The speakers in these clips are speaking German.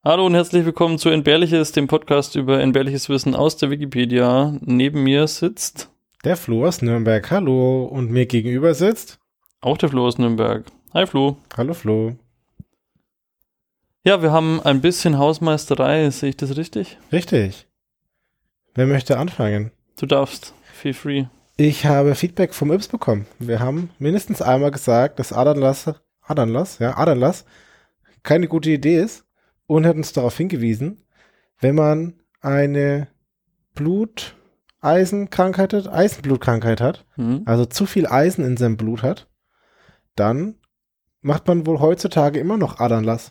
Hallo und herzlich willkommen zu Entbehrliches, dem Podcast über entbehrliches Wissen aus der Wikipedia. Neben mir sitzt der Flo aus Nürnberg, hallo. Und mir gegenüber sitzt auch der Flo aus Nürnberg. Hi Flo. Hallo Flo. Ja, wir haben ein bisschen Hausmeisterei, sehe ich das richtig? Richtig. Wer möchte anfangen? Du darfst, feel free. Ich habe Feedback vom Yps bekommen. Wir haben mindestens einmal gesagt, dass Adanlass keine gute Idee ist und hat uns darauf hingewiesen, wenn man eine Eisenblutkrankheit hat, also zu viel Eisen in seinem Blut hat, dann macht man wohl heutzutage immer noch Adanlass.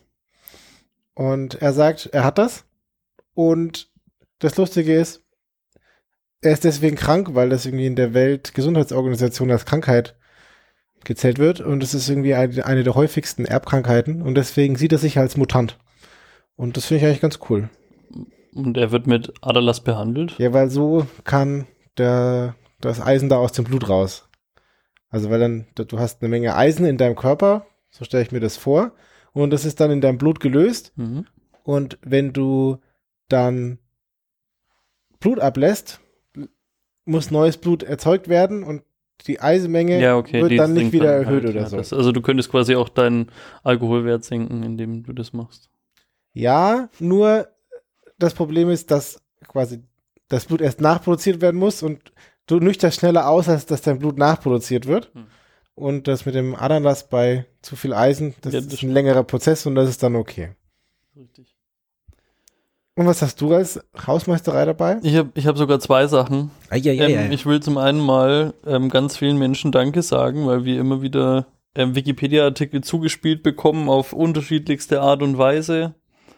Und er sagt, er hat das und das Lustige ist, er ist deswegen krank, weil das irgendwie in der Weltgesundheitsorganisation als Krankheit gezählt wird und es ist irgendwie eine der häufigsten Erbkrankheiten und deswegen sieht er sich als Mutant. Und das finde ich eigentlich ganz cool. Und er wird mit Aderlass behandelt? Ja, weil so kann das Eisen da aus dem Blut raus. Also weil dann, du hast eine Menge Eisen in deinem Körper, so stelle ich mir das vor, und das ist dann in deinem Blut gelöst. Und wenn du dann Blut ablässt, muss neues Blut erzeugt werden und die Eisenmenge wird dann nicht wieder erhöht halt, oder so. Also du könntest quasi auch deinen Alkoholwert senken, indem du das machst. Ja, nur das Problem ist, dass quasi das Blut erst nachproduziert werden muss und du nüchterst schneller aus, als dass dein Blut nachproduziert wird. Und das mit dem Adanlass bei zu viel Eisen, das ist ein längerer Prozess und das ist dann okay. Richtig. Und was hast du als Hausmeisterei dabei? Ich hab sogar zwei Sachen. Ich will zum einen mal ganz vielen Menschen Danke sagen, weil wir immer wieder Wikipedia-Artikel zugespielt bekommen auf unterschiedlichste Art und Weise.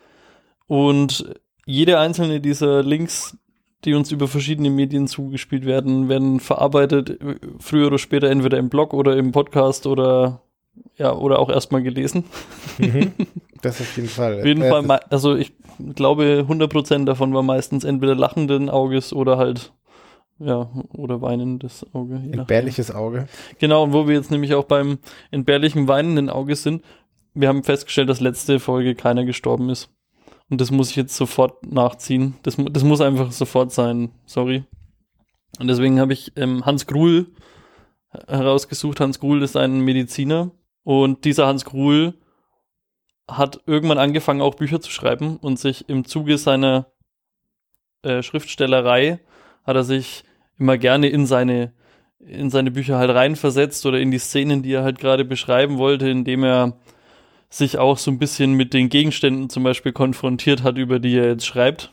Und jede einzelne dieser Links, die uns über verschiedene Medien zugespielt werden verarbeitet, früher oder später entweder im Blog oder im Podcast oder auch erstmal gelesen. Das auf jeden Fall. Auf jeden Fall, also ich glaube 100% davon war meistens entweder lachenden Auges oder halt, oder weinendes Auge. Entbehrliches Auge. Genau, und wo wir jetzt nämlich auch beim entbehrlichen weinenden Auge sind, wir haben festgestellt, dass letzte Folge keiner gestorben ist. Und das muss ich jetzt sofort nachziehen. Das muss einfach sofort sein. Sorry. Und deswegen habe ich Hans Gruhl herausgesucht. Hans Gruhl ist ein Mediziner. Und dieser Hans Gruhl hat irgendwann angefangen, auch Bücher zu schreiben. Und sich im Zuge seiner Schriftstellerei hat er sich immer gerne in seine Bücher halt reinversetzt oder in die Szenen, die er halt gerade beschreiben wollte, indem er sich auch so ein bisschen mit den Gegenständen zum Beispiel konfrontiert hat, über die er jetzt schreibt.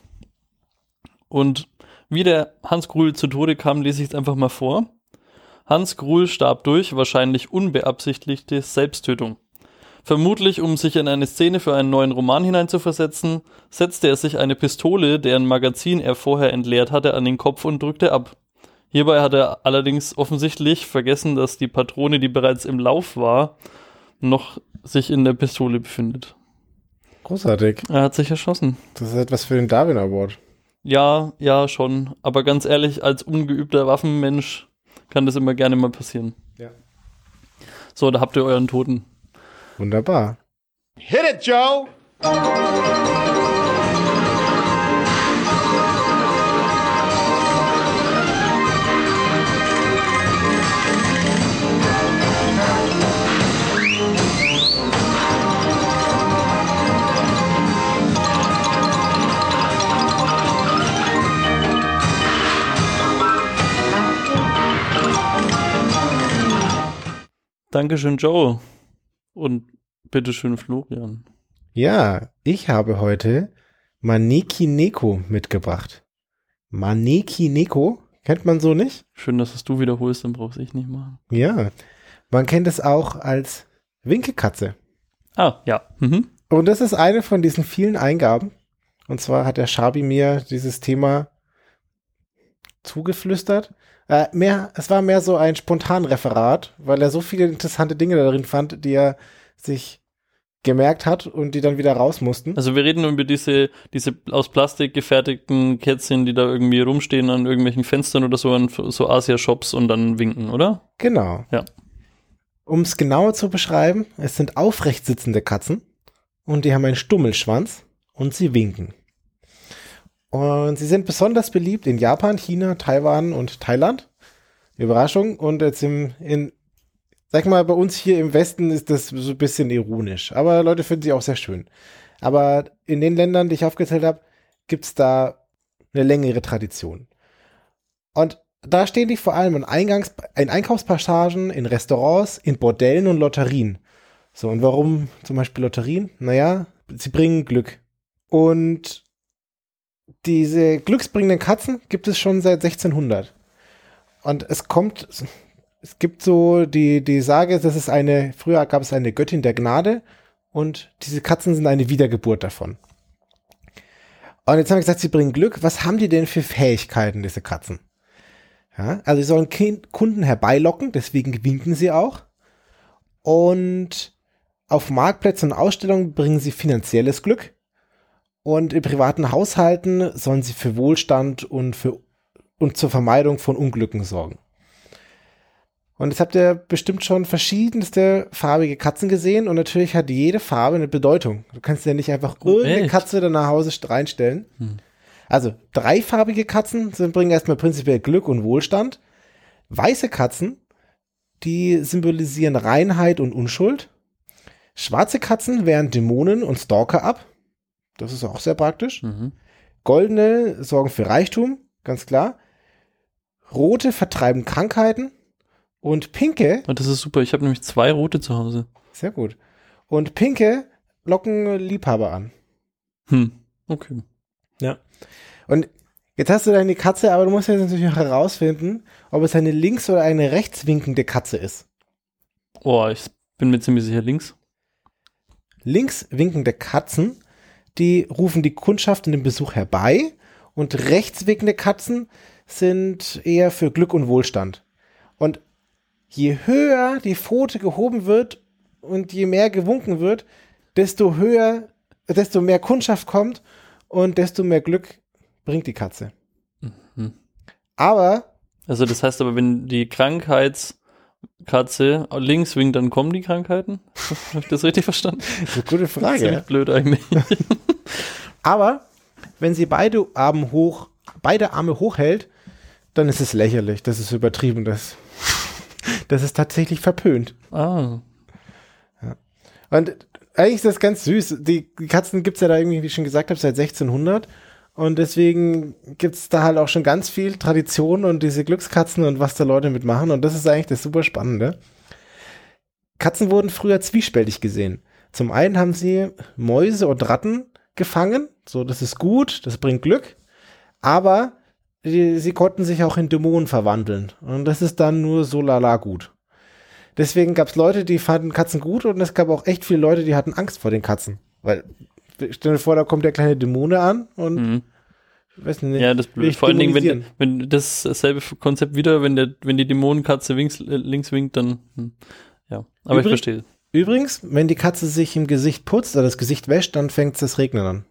Und wie der Hans Gruhl zu Tode kam, lese ich es einfach mal vor. Hans Gruhl starb durch wahrscheinlich unbeabsichtigte Selbsttötung. Vermutlich, um sich in eine Szene für einen neuen Roman hineinzuversetzen, setzte er sich eine Pistole, deren Magazin er vorher entleert hatte, an den Kopf und drückte ab. Hierbei hat er allerdings offensichtlich vergessen, dass die Patrone, die bereits im Lauf war, noch sich in der Pistole befindet. Großartig. Er hat sich erschossen. Das ist etwas für den Darwin Award. Ja, schon. Aber ganz ehrlich, als ungeübter Waffenmensch kann das immer gerne mal passieren. Ja. So, da habt ihr euren Toten. Wunderbar. Hit it, Joe! Dankeschön, Joe. Und bitteschön, Florian. Ja, ich habe heute Maneki Neko mitgebracht. Maneki Neko? Kennt man so nicht? Schön, dass es du wiederholst, dann brauch's ich nicht machen. Ja, man kennt es auch als Winkekatze. Ah, ja. Und das ist eine von diesen vielen Eingaben. Und zwar hat der Schabi mir dieses Thema zugeflüstert. Es war mehr so ein Spontanreferat, weil er so viele interessante Dinge darin fand, die er sich gemerkt hat und die dann wieder raus mussten. Also wir reden über diese aus Plastik gefertigten Kätzchen, die da irgendwie rumstehen an irgendwelchen Fenstern oder so, an so Asia-Shops und dann winken, oder? Genau. Ja. Um es genauer zu beschreiben, es sind aufrecht sitzende Katzen und die haben einen Stummelschwanz und sie winken. Und sie sind besonders beliebt in Japan, China, Taiwan und Thailand. Überraschung. Und jetzt sag mal, bei uns hier im Westen ist das so ein bisschen ironisch. Aber Leute finden sie auch sehr schön. Aber in den Ländern, die ich aufgezählt habe, gibt es da eine längere Tradition. Und da stehen die vor allem in Einkaufspassagen, in Restaurants, in Bordellen und Lotterien. So, und warum zum Beispiel Lotterien? Naja, sie bringen Glück. Und diese glücksbringenden Katzen gibt es schon seit 1600. Und es gibt so die Sage, früher gab es eine Göttin der Gnade und diese Katzen sind eine Wiedergeburt davon. Und jetzt haben wir gesagt, sie bringen Glück. Was haben die denn für Fähigkeiten, diese Katzen? Ja, also sie sollen Kunden herbeilocken, deswegen winken sie auch. Und auf Marktplätzen und Ausstellungen bringen sie finanzielles Glück. Und in privaten Haushalten sollen sie für Wohlstand und zur Vermeidung von Unglücken sorgen. Und jetzt habt ihr bestimmt schon verschiedenste farbige Katzen gesehen und natürlich hat jede Farbe eine Bedeutung. Du kannst ja nicht einfach irgendeine Katze da nach Hause reinstellen. Also dreifarbige Katzen bringen erstmal prinzipiell Glück und Wohlstand. Weiße Katzen, die symbolisieren Reinheit und Unschuld. Schwarze Katzen wehren Dämonen und Stalker ab. Das ist auch sehr praktisch. Goldene sorgen für Reichtum, ganz klar. Rote vertreiben Krankheiten. Und pinke. Und das ist super, ich habe nämlich 2 rote zu Hause. Sehr gut. Und pinke locken Liebhaber an. Okay. Ja. Und jetzt hast du deine Katze, aber du musst jetzt natürlich auch herausfinden, ob es eine links- oder eine rechtswinkende Katze ist. Oh, ich bin mir ziemlich sicher links. Links winkende Katzen, die rufen die Kundschaft und den Besuch herbei. Und rechts winkende Katzen sind eher für Glück und Wohlstand. Und je höher die Pfote gehoben wird und je mehr gewunken wird, desto mehr Kundschaft kommt und desto mehr Glück bringt die Katze. Aber Also das heißt aber, wenn die Krankheitskatze links winkt, dann kommen die Krankheiten? Habe ich das richtig verstanden? Das ist eine gute Frage. Das ist ziemlich blöd eigentlich. Aber wenn sie beide Arme hochhält, dann ist es lächerlich. Das ist übertrieben. Das ist tatsächlich verpönt. Ah. Ja. Und eigentlich ist das ganz süß. Die Katzen gibt es ja da irgendwie, wie ich schon gesagt habe, seit 1600. Und deswegen gibt es da halt auch schon ganz viel Tradition und diese Glückskatzen und was da Leute mitmachen. Und das ist eigentlich das super Spannende. Katzen wurden früher zwiespältig gesehen. Zum einen haben sie Mäuse und Ratten gefangen. So, das ist gut, das bringt Glück. Aber sie konnten sich auch in Dämonen verwandeln. Und das ist dann nur so lala gut. Deswegen gab es Leute, die fanden Katzen gut und es gab auch echt viele Leute, die hatten Angst vor den Katzen. Weil, stell dir vor, da kommt der kleine Dämone an und ich weiß nicht. Ja, das ist blöd. Vor allen Dingen, wenn dasselbe Konzept wieder, wenn die Dämonenkatze links winkt, dann ja. Aber ich verstehe. Übrigens, wenn die Katze sich im Gesicht putzt oder das Gesicht wäscht, dann fängt es das Regnen an.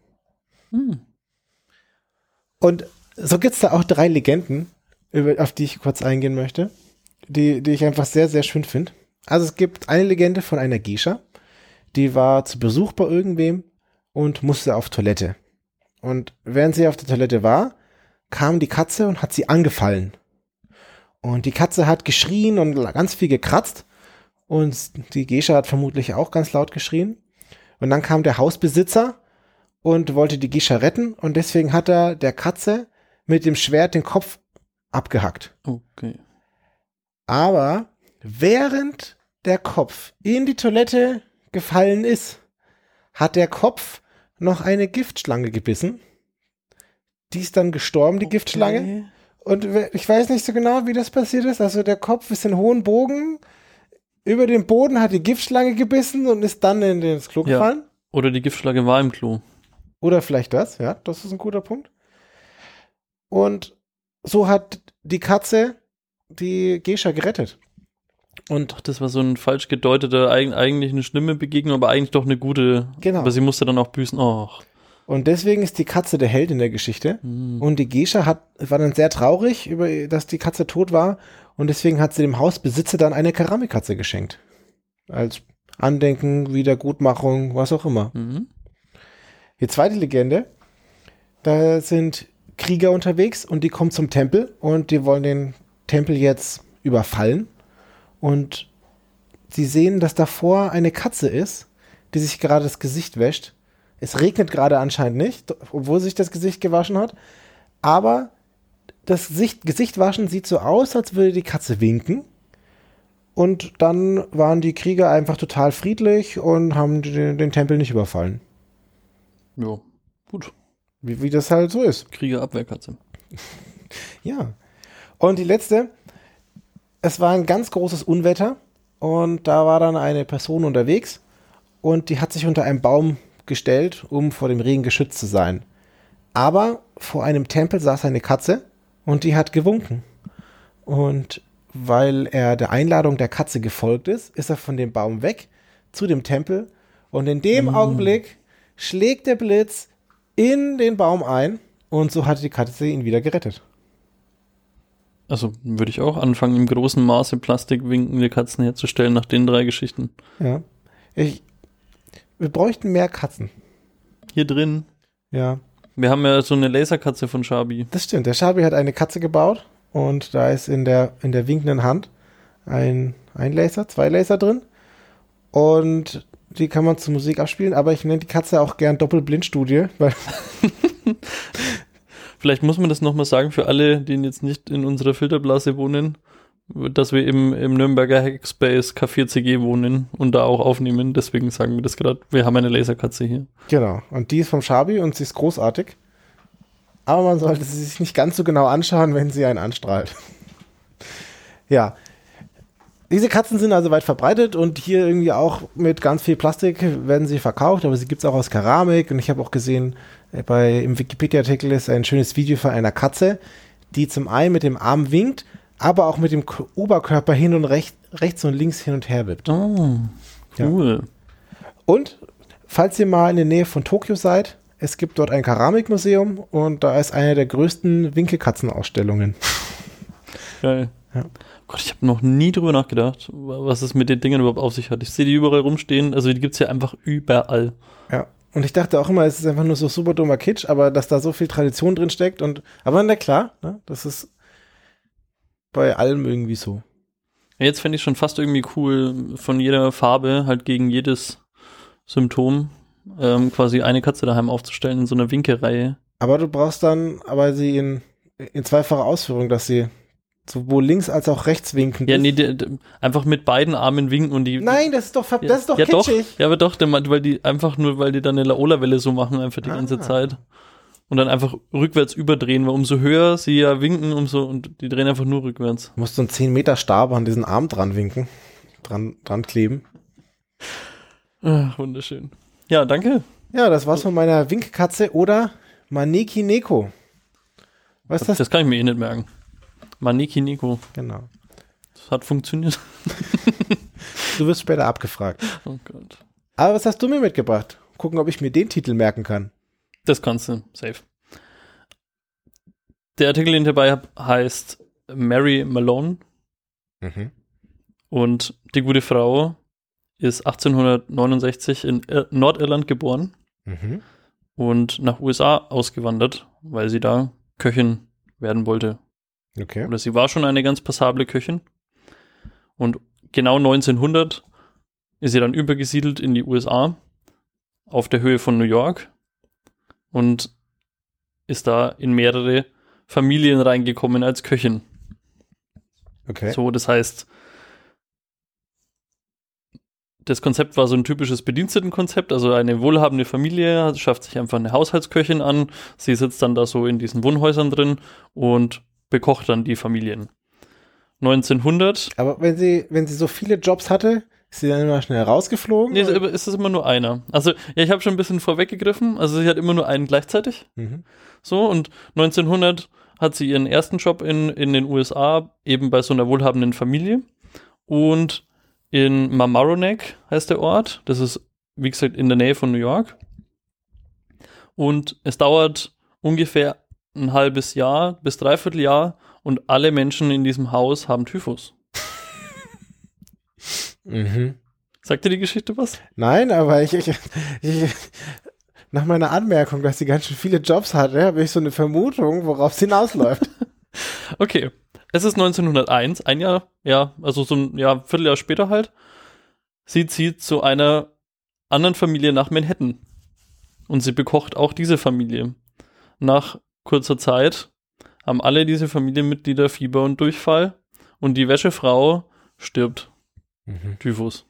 Und so gibt es da auch 3 Legenden, auf die ich kurz eingehen möchte, die ich einfach sehr, sehr schön finde. Also es gibt eine Legende von einer Geisha, die war zu Besuch bei irgendwem und musste auf Toilette. Und während sie auf der Toilette war, kam die Katze und hat sie angefallen. Und die Katze hat geschrien und ganz viel gekratzt und die Geisha hat vermutlich auch ganz laut geschrien. Und dann kam der Hausbesitzer und wollte die Geisha retten und deswegen hat er der Katze mit dem Schwert den Kopf abgehackt. Okay. Aber während der Kopf in die Toilette gefallen ist, hat der Kopf noch eine Giftschlange gebissen. Die ist dann gestorben, die Giftschlange. Und ich weiß nicht so genau, wie das passiert ist. Also der Kopf ist in hohen Bogen. Über den Boden hat die Giftschlange gebissen und ist dann ins Klo gefallen. Oder die Giftschlange war im Klo. Oder vielleicht das, ja, das ist ein guter Punkt. Und so hat die Katze die Geisha gerettet. Und ach, das war so ein falsch gedeuteter, eigentlich eine schlimme Begegnung, aber eigentlich doch eine gute. Genau. Aber sie musste dann auch büßen. Och. Und deswegen ist die Katze der Held in der Geschichte. Und die Geisha war dann sehr traurig, dass die Katze tot war. Und deswegen hat sie dem Hausbesitzer dann eine Keramikkatze geschenkt. Als Andenken, Wiedergutmachung, was auch immer. Die zweite Legende, da sind Krieger unterwegs und die kommen zum Tempel und die wollen den Tempel jetzt überfallen. Und sie sehen, dass davor eine Katze ist, die sich gerade das Gesicht wäscht. Es regnet gerade anscheinend nicht, obwohl sich das Gesicht gewaschen hat. Aber das Gesicht waschen sieht so aus, als würde die Katze winken. Und dann waren die Krieger einfach total friedlich und haben den Tempel nicht überfallen. Ja, gut. Wie das halt so ist. Kriegerabwehrkatze. Ja. Und die letzte, es war ein ganz großes Unwetter und da war dann eine Person unterwegs und die hat sich unter einem Baum gestellt, um vor dem Regen geschützt zu sein. Aber vor einem Tempel saß eine Katze und die hat gewunken. Und weil er der Einladung der Katze gefolgt ist, ist er von dem Baum weg zu dem Tempel und in dem Augenblick schlägt der Blitz in den Baum ein und so hat die Katze ihn wieder gerettet. Also würde ich auch anfangen, im großen Maße plastikwinkende Katzen herzustellen nach den 3 Geschichten. Ja. Wir bräuchten mehr Katzen. Hier drin. Ja. Wir haben ja so eine Laserkatze von Schabi. Das stimmt. Der Schabi hat eine Katze gebaut und da ist in der winkenden Hand ein Laser, 2 Laser drin und die kann man zur Musik abspielen, aber ich nenne die Katze auch gern Doppelblindstudie, weil Vielleicht muss man das nochmal sagen für alle, die jetzt nicht in unserer Filterblase wohnen, dass wir im Nürnberger Hackspace K4CG wohnen und da auch aufnehmen. Deswegen sagen wir das gerade. Wir haben eine Laserkatze hier. Genau. Und die ist vom Schabi und sie ist großartig. Aber man sollte sie sich nicht ganz so genau anschauen, wenn sie einen anstrahlt. Ja. Diese Katzen sind also weit verbreitet und hier irgendwie auch mit ganz viel Plastik werden sie verkauft, aber sie gibt es auch aus Keramik und ich habe auch gesehen, im Wikipedia-Artikel ist ein schönes Video von einer Katze, die zum einen mit dem Arm winkt, aber auch mit dem Oberkörper hin und rechts und links hin und her wippt. Oh, cool. Ja. Und, falls ihr mal in der Nähe von Tokio seid, es gibt dort ein Keramikmuseum und da ist eine der größten Winkelkatzenausstellungen. Geil. Ja. Gott, ich habe noch nie drüber nachgedacht, was es mit den Dingen überhaupt auf sich hat. Ich sehe die überall rumstehen, also die gibt es ja einfach überall. Ja, und ich dachte auch immer, es ist einfach nur so super dummer Kitsch, aber dass da so viel Tradition drin steckt aber na klar, ne, das ist bei allem irgendwie so. Jetzt fände ich schon fast irgendwie cool, von jeder Farbe halt gegen jedes Symptom quasi eine Katze daheim aufzustellen in so einer Winkereihe. Aber du brauchst dann sie in zweifacher Ausführung, dass sie sowohl links als auch rechts winken. Ja, nee, einfach mit beiden Armen winken und die... Nein, das ist doch ja, kitschig. Doch, ja, aber doch, weil die dann eine Laola-Welle so machen einfach die ganze Zeit. Und dann einfach rückwärts überdrehen, weil umso höher sie ja winken, und die drehen einfach nur rückwärts. Du musst so einen 10 Meter Stab an diesen Arm dran winken. Dran kleben. Ach, wunderschön. Ja, danke. Ja, das war's von meiner Winkkatze oder Maneki Neko. Was ist das? Das kann ich mir nicht merken. Maneki Neko. Genau. Das hat funktioniert. Du wirst später abgefragt. Oh Gott. Aber was hast du mir mitgebracht? Gucken, ob ich mir den Titel merken kann. Das kannst du, safe. Der Artikel, den ich dabei habe, heißt Mary Malone. Mhm. Und die gute Frau ist 1869 in Nordirland geboren und nach USA ausgewandert, weil sie da Köchin werden wollte. Okay. Oder sie war schon eine ganz passable Köchin. Und genau 1900 ist sie dann übergesiedelt in die USA auf der Höhe von New York und ist da in mehrere Familien reingekommen als Köchin. Okay. So, das heißt, das Konzept war so ein typisches Bedienstetenkonzept, also eine wohlhabende Familie schafft sich einfach eine Haushaltsköchin an, sie sitzt dann da so in diesen Wohnhäusern drin und bekocht dann die Familien. 1900... Aber wenn sie so viele Jobs hatte, ist sie dann immer schnell rausgeflogen? Nee, ist es immer nur einer. Also, ja, ich habe schon ein bisschen vorweggegriffen, also sie hat immer nur einen gleichzeitig. So, und 1900 hat sie ihren ersten Job in den USA, eben bei so einer wohlhabenden Familie. Und in Mamaroneck heißt der Ort. Das ist, wie gesagt, in der Nähe von New York. Und es dauert ungefähr ein halbes Jahr bis dreiviertel Jahr und alle Menschen in diesem Haus haben Typhus. Sagt dir die Geschichte was? Nein, aber nach meiner Anmerkung, dass sie ganz schön viele Jobs hatte, habe ich so eine Vermutung, worauf es hinausläuft. Okay, es ist 1901, ein Jahr, ja, also so ein Vierteljahr später halt. Sie zieht zu einer anderen Familie nach Manhattan. Und sie bekocht auch diese Familie. Nach kurzer Zeit haben alle diese Familienmitglieder Fieber und Durchfall. Und die Wäschefrau stirbt. Typhus.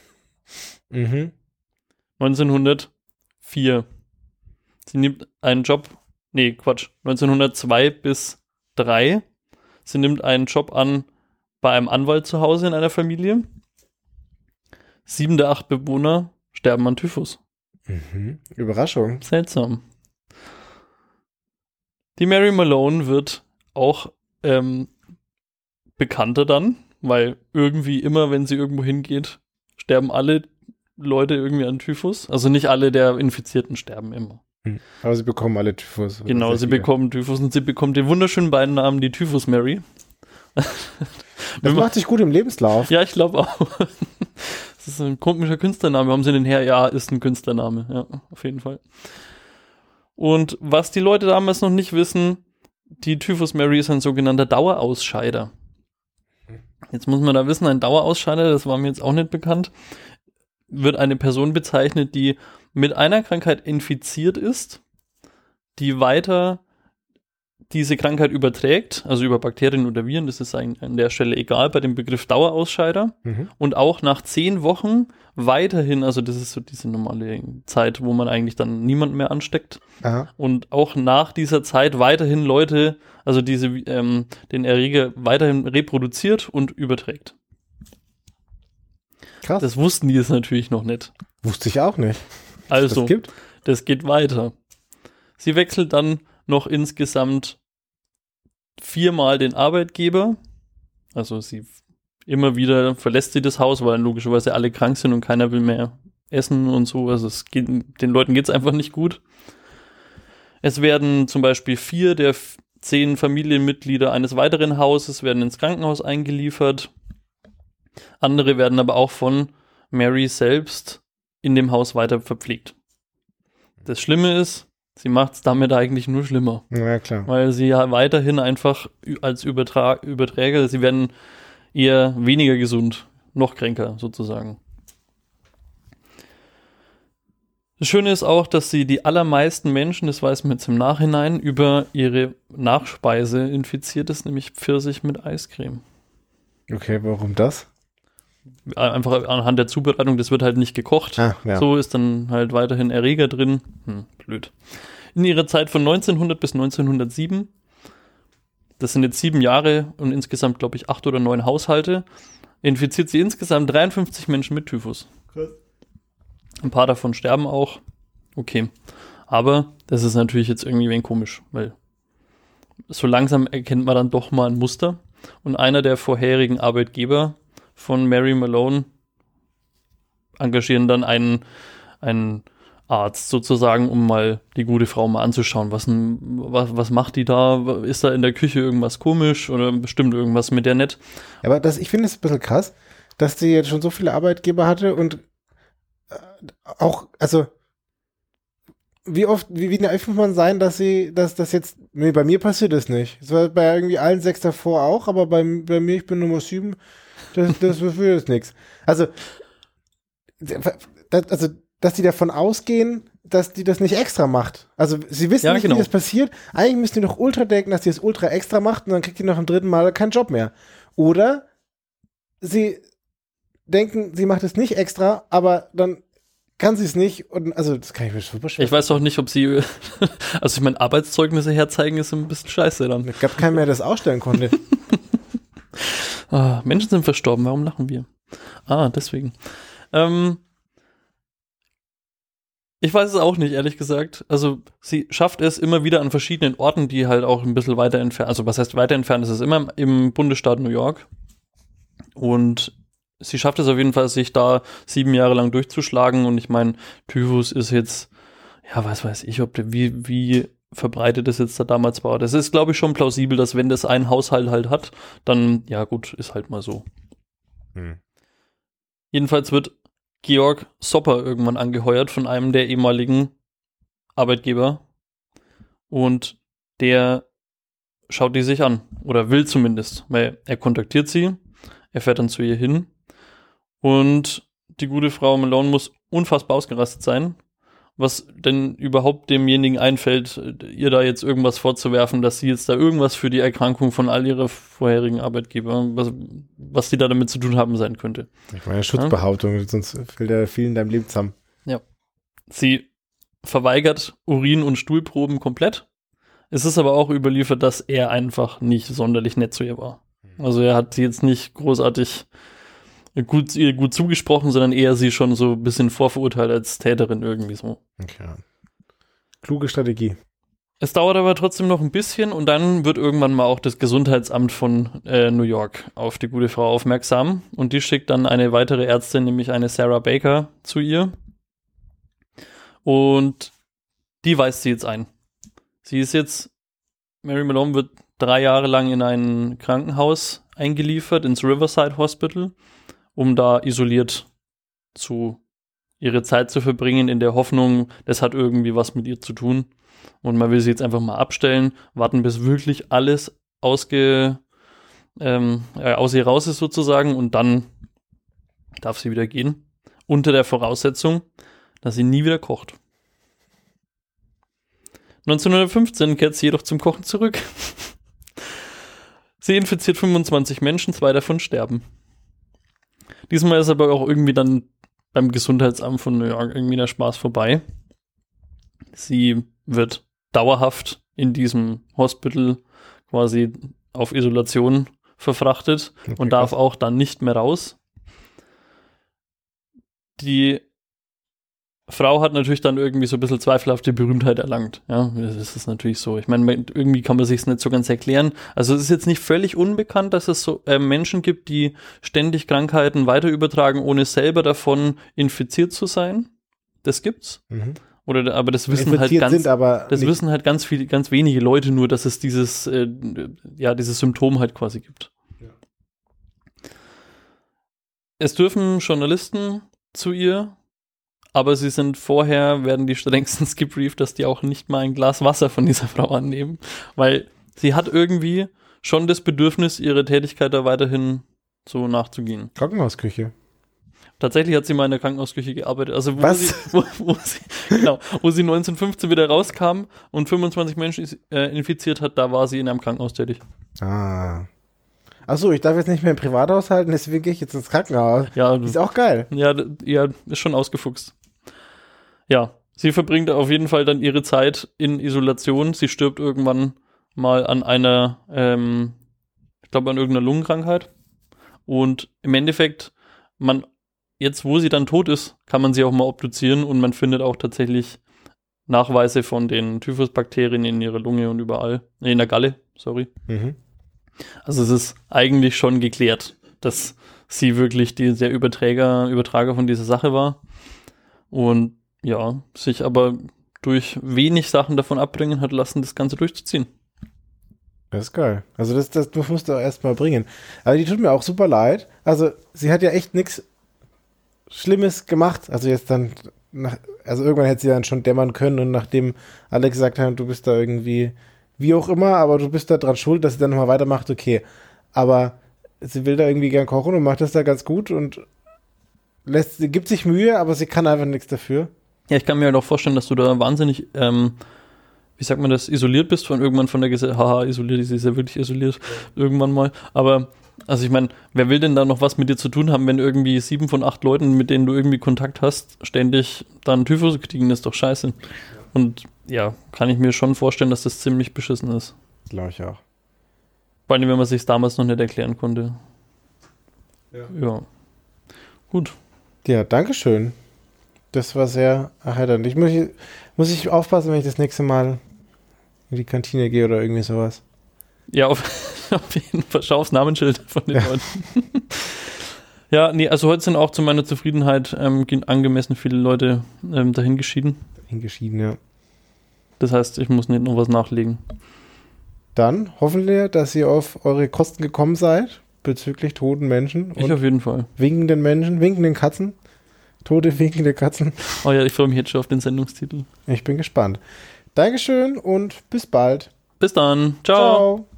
1904. Sie nimmt einen Job, 1902 bis 3. Sie nimmt einen Job an bei einem Anwalt zu Hause in einer Familie. 7 der 8 Bewohner sterben an Typhus. Überraschung. Seltsam. Die Mary Malone wird auch bekannter dann, weil irgendwie immer, wenn sie irgendwo hingeht, sterben alle Leute irgendwie an Typhus. Also nicht alle der Infizierten sterben immer. Aber sie bekommen alle Typhus. Genau, sie bekommen Typhus und sie bekommt den wunderschönen Beinamen, die Typhus Mary. Das macht sich gut im Lebenslauf. Ja, ich glaube auch. Das ist ein komischer Künstlername. Haben sie den her? Ja, ist ein Künstlername. Ja, auf jeden Fall. Und was die Leute damals noch nicht wissen, die Typhus Mary ist ein sogenannter Dauerausscheider. Jetzt muss man da wissen, ein Dauerausscheider, das war mir jetzt auch nicht bekannt, wird eine Person bezeichnet, die mit einer Krankheit infiziert ist, die weiter diese Krankheit überträgt, also über Bakterien oder Viren, das ist an der Stelle egal bei dem Begriff Dauerausscheider, und auch nach 10 Wochen weiterhin, also das ist so diese normale Zeit, wo man eigentlich dann niemanden mehr ansteckt, und auch nach dieser Zeit weiterhin Leute, also den Erreger weiterhin reproduziert und überträgt. Krass. Das wussten die jetzt natürlich noch nicht. Wusste ich auch nicht. Also, das geht weiter. Sie wechselt dann noch insgesamt 4-mal den Arbeitgeber. Also immer wieder verlässt sie das Haus, weil logischerweise alle krank sind und keiner will mehr essen und so. Also den Leuten geht es einfach nicht gut. Es werden zum Beispiel 4 der 10 Familienmitglieder eines weiteren Hauses werden ins Krankenhaus eingeliefert. Andere werden aber auch von Mary selbst in dem Haus weiter verpflegt. Das Schlimme ist, sie macht es damit eigentlich nur schlimmer. Ja, klar. Weil sie ja weiterhin einfach als Überträger, sie werden eher weniger gesund, noch kränker sozusagen. Das Schöne ist auch, dass sie die allermeisten Menschen, das weiß man jetzt im Nachhinein, über ihre Nachspeise infiziert ist, nämlich Pfirsich mit Eiscreme. Okay, warum das? Einfach anhand der Zubereitung, das wird halt nicht gekocht. Ja. So ist dann halt weiterhin Erreger drin. Blöd. In ihrer Zeit von 1900 bis 1907, das sind jetzt 7 Jahre und insgesamt, glaube ich, 8 oder 9 Haushalte, infiziert sie insgesamt 53 Menschen mit Typhus. Krass. Ein paar davon sterben auch. Okay. Aber das ist natürlich jetzt irgendwie ein wenig komisch, weil so langsam erkennt man dann doch mal ein Muster. Und einer der vorherigen Arbeitgeber von Mary Malone engagieren dann einen Arzt sozusagen, um mal die gute Frau mal anzuschauen. Was macht die da? Ist da in der Küche irgendwas komisch oder bestimmt irgendwas mit der nicht? Aber ich finde es ein bisschen krass, dass sie jetzt schon so viele Arbeitgeber hatte und auch, also wie naiv muss man sein, dass das jetzt, nee, bei mir passiert das nicht. Es war bei irgendwie allen 6 davor auch, aber bei mir, ich bin Nummer 7, das ist nichts. Also, dass die davon ausgehen, dass die das nicht extra macht. Also, sie wissen nicht, wie das passiert. Eigentlich müssen die doch ultra denken, dass die das ultra extra macht und dann kriegt die nach dem 3. Mal keinen Job mehr. Oder sie denken, sie macht es nicht extra, aber dann kann sie es nicht und also das kann ich mir super schwer. Ich weiß doch nicht, ob sie, also ich meine, Arbeitszeugnisse herzeigen ist ein bisschen scheiße dann. Es gab keinen mehr, der das ausstellen konnte. Menschen sind verstorben, warum lachen wir? Deswegen. Ich weiß es auch nicht, ehrlich gesagt. Also sie schafft es immer wieder an verschiedenen Orten, die halt auch ein bisschen weiter entfernt, also was heißt weiter entfernt, ist es immer im Bundesstaat New York. Und sie schafft es auf jeden Fall, sich da 7 Jahre lang durchzuschlagen. Und ich meine, Typhus ist jetzt, ja, was weiß ich, wie verbreitet das jetzt da damals war. Das ist, glaube ich, schon plausibel, dass wenn das ein Haushalt halt hat, dann, ja gut, ist halt mal so. Jedenfalls wird Georg Sopper irgendwann angeheuert von einem der ehemaligen Arbeitgeber und der schaut die sich an oder will zumindest, weil er kontaktiert sie, er fährt dann zu ihr hin und die gute Frau Malone muss unfassbar ausgerastet sein, was denn überhaupt demjenigen einfällt, ihr da jetzt irgendwas vorzuwerfen, dass sie jetzt da irgendwas für die Erkrankung von all ihrer vorherigen Arbeitgeber, was die da damit zu tun haben sein könnte. Ich meine, Schutzbehauptung, sonst fällt ja viel in deinem Leben zusammen. Ja. Sie verweigert Urin- und Stuhlproben komplett. Es ist aber auch überliefert, dass er einfach nicht sonderlich nett zu ihr war. Also er hat sie jetzt nicht großartig ihr gut zugesprochen, sondern eher sie schon so ein bisschen vorverurteilt als Täterin irgendwie so. Okay. Kluge Strategie. Es dauert aber trotzdem noch ein bisschen und dann wird irgendwann mal auch das Gesundheitsamt von New York auf die gute Frau aufmerksam und die schickt dann eine weitere Ärztin, nämlich eine Sarah Baker, zu ihr und die weist sie jetzt ein. Mary Malone wird 3 Jahre lang in ein Krankenhaus eingeliefert, ins Riverside Hospital, um da isoliert ihre Zeit zu verbringen, in der Hoffnung, das hat irgendwie was mit ihr zu tun. Und man will sie jetzt einfach mal abstellen, warten, bis wirklich alles aus ihr raus ist sozusagen und dann darf sie wieder gehen. Unter der Voraussetzung, dass sie nie wieder kocht. 1915 kehrt sie jedoch zum Kochen zurück. Sie infiziert 25 Menschen, 2 davon sterben. Diesmal ist aber auch irgendwie dann beim Gesundheitsamt von New York irgendwie der Spaß vorbei. Sie wird dauerhaft in diesem Hospital quasi auf Isolation verfrachtet und darf auch dann nicht mehr raus. Die Frau hat natürlich dann irgendwie so ein bisschen zweifelhafte Berühmtheit erlangt. Ja, das ist natürlich so. Ich meine, irgendwie kann man sich es nicht so ganz erklären. Also es ist jetzt nicht völlig unbekannt, dass es so Menschen gibt, die ständig Krankheiten weiter übertragen, ohne selber davon infiziert zu sein. Das gibt's. Mhm. Aber das wissen halt ganz wenige Leute nur, dass es dieses Symptom halt quasi gibt. Ja. Es dürfen Journalisten zu ihr, aber werden die strengstens gebrieft, dass die auch nicht mal ein Glas Wasser von dieser Frau annehmen, weil sie hat irgendwie schon das Bedürfnis, ihre Tätigkeit da weiterhin so nachzugehen. Krankenhausküche. Tatsächlich hat sie mal in der Krankenhausküche gearbeitet. Also wo sie 1915 wieder rauskam und 25 Menschen infiziert hat, da war sie in einem Krankenhaus tätig. Ah. Achso, ich darf jetzt nicht mehr im Privathaushalt, deswegen gehe ich jetzt ins Krankenhaus. Ja, ist auch geil. Ja, ist schon ausgefuchst. Ja, sie verbringt auf jeden Fall dann ihre Zeit in Isolation. Sie stirbt irgendwann mal an einer, ich glaube an irgendeiner Lungenkrankheit. Und im Endeffekt, jetzt wo sie dann tot ist, kann man sie auch mal obduzieren und man findet auch tatsächlich Nachweise von den Typhusbakterien in ihrer Lunge und überall. In der Galle, sorry. Mhm. Also es ist eigentlich schon geklärt, dass sie wirklich der Übertrager von dieser Sache war. Und ja, sich aber durch wenig Sachen davon abbringen hat lassen, das Ganze durchzuziehen. Das ist geil. Also das musst du auch erstmal bringen. Aber die tut mir auch super leid. Also sie hat ja echt nichts Schlimmes gemacht. Also jetzt dann, irgendwann hätte sie dann schon dämmern können und nachdem alle gesagt haben, du bist da irgendwie, wie auch immer, aber du bist da dran schuld, dass sie dann nochmal weitermacht, okay. Aber sie will da irgendwie gern kochen und macht das da ganz gut und gibt sich Mühe, aber sie kann einfach nichts dafür. Ja, ich kann mir halt auch vorstellen, dass du da wahnsinnig, wie sagt man das, isoliert bist irgendwann von der Gesellschaft. Haha, isoliert, sie ist ja wirklich isoliert, irgendwann mal. Aber, also ich meine, wer will denn da noch was mit dir zu tun haben, wenn irgendwie 7 von 8 Leuten, mit denen du irgendwie Kontakt hast, ständig dann Typhus kriegen, das ist doch scheiße. Und ja, kann ich mir schon vorstellen, dass das ziemlich beschissen ist. Glaube ich auch. Vor allem, wenn man es sich damals noch nicht erklären konnte. Ja. Gut. Ja, dankeschön. Das war sehr erheiternd. Muss ich aufpassen, wenn ich das nächste Mal in die Kantine gehe oder irgendwie sowas. Ja, auf jeden Fall. Schau aufs Namensschild von den Leuten. Ja, nee, also heute sind auch zu meiner Zufriedenheit angemessen viele Leute dahingeschieden. Dahingeschieden, ja. Das heißt, ich muss nicht noch was nachlegen. Dann hoffen wir, dass ihr auf eure Kosten gekommen seid bezüglich toten Menschen. Ich auf jeden Fall. Winkenden Menschen, winkenden Katzen, Tote winkende Katzen. Oh ja, ich freue mich jetzt schon auf den Sendungstitel. Ich bin gespannt. Dankeschön und bis bald. Bis dann. Ciao. Ciao.